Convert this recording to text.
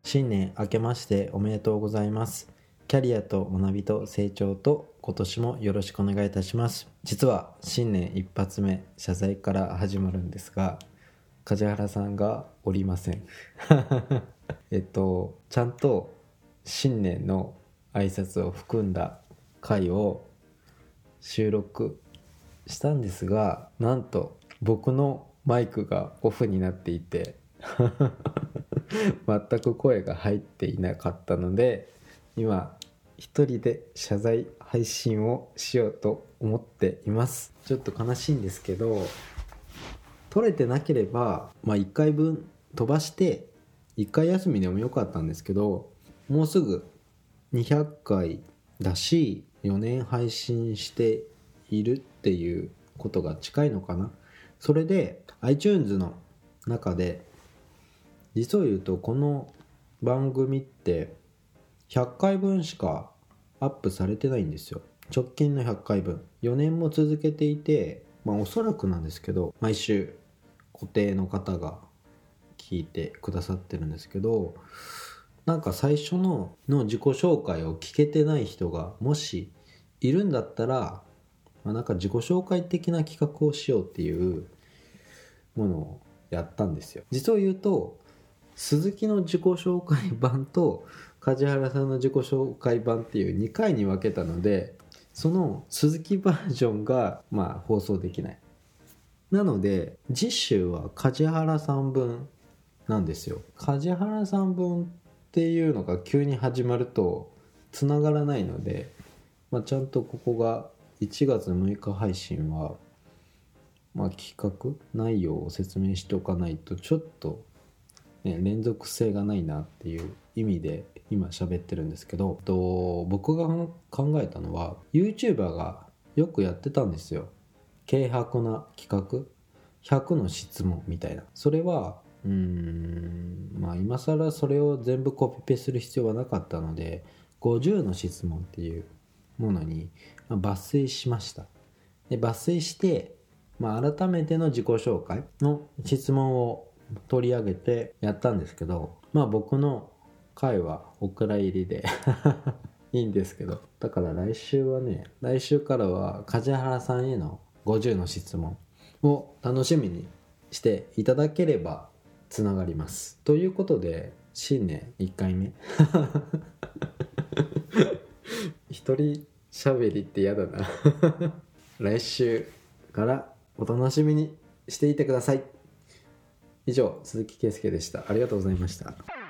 新年明けましておめでとうございます。キャリアと学びと成長と今年もよろしくお願いいたします。実は新年一発目、謝罪から始まるんですが、梶原さんがおりません。ちゃんと新年の挨拶を含んだ回を収録したんですが、なんと僕のマイクがオフになっていて全く声が入っていなかったので、今一人で謝罪配信をしようと思っています。ちょっと悲しいんですけど、撮れてなければ1回分飛ばして1回休みでもよかったんですけど、もうすぐ200回だし4年配信しているっていうことが近いのかな。それで iTunes の中で実を言うと、この番組って100回分しかアップされてないんですよ。直近の100回分4年も続けていて、おそらくなんですけど毎週固定の方が聞いてくださってるんですけど、なんか最初の自己紹介を聞けてない人がもしいるんだったら、なんか自己紹介的な企画をしようっていうものをやったんですよ。実を言うと鈴木の自己紹介版と梶原さんの自己紹介版っていう2回に分けたので、その鈴木バージョンが放送できない。なので次週は梶原さん分なんですよ。梶原さん分っていうのが急に始まるとつながらないので、ちゃんとここが1月6日配信は企画内容を説明しておかないとちょっと連続性がないなっていう意味で今喋ってるんですけど、僕が考えたのは YouTuber がよくやってたんですよ。軽薄な企画、100の質問みたいな。それは今更それを全部コピペする必要はなかったので、50の質問っていうものに抜粋しました。で抜粋して改めての自己紹介の質問を取り上げてやったんですけど、僕の回はお蔵入りでいいんですけど、だから来週からは梶原さんへの50の質問を楽しみにしていただければつながります。ということで新年1回目一人喋りってやだな来週からお楽しみにしていてください。以上、鈴木圭介でした。ありがとうございました。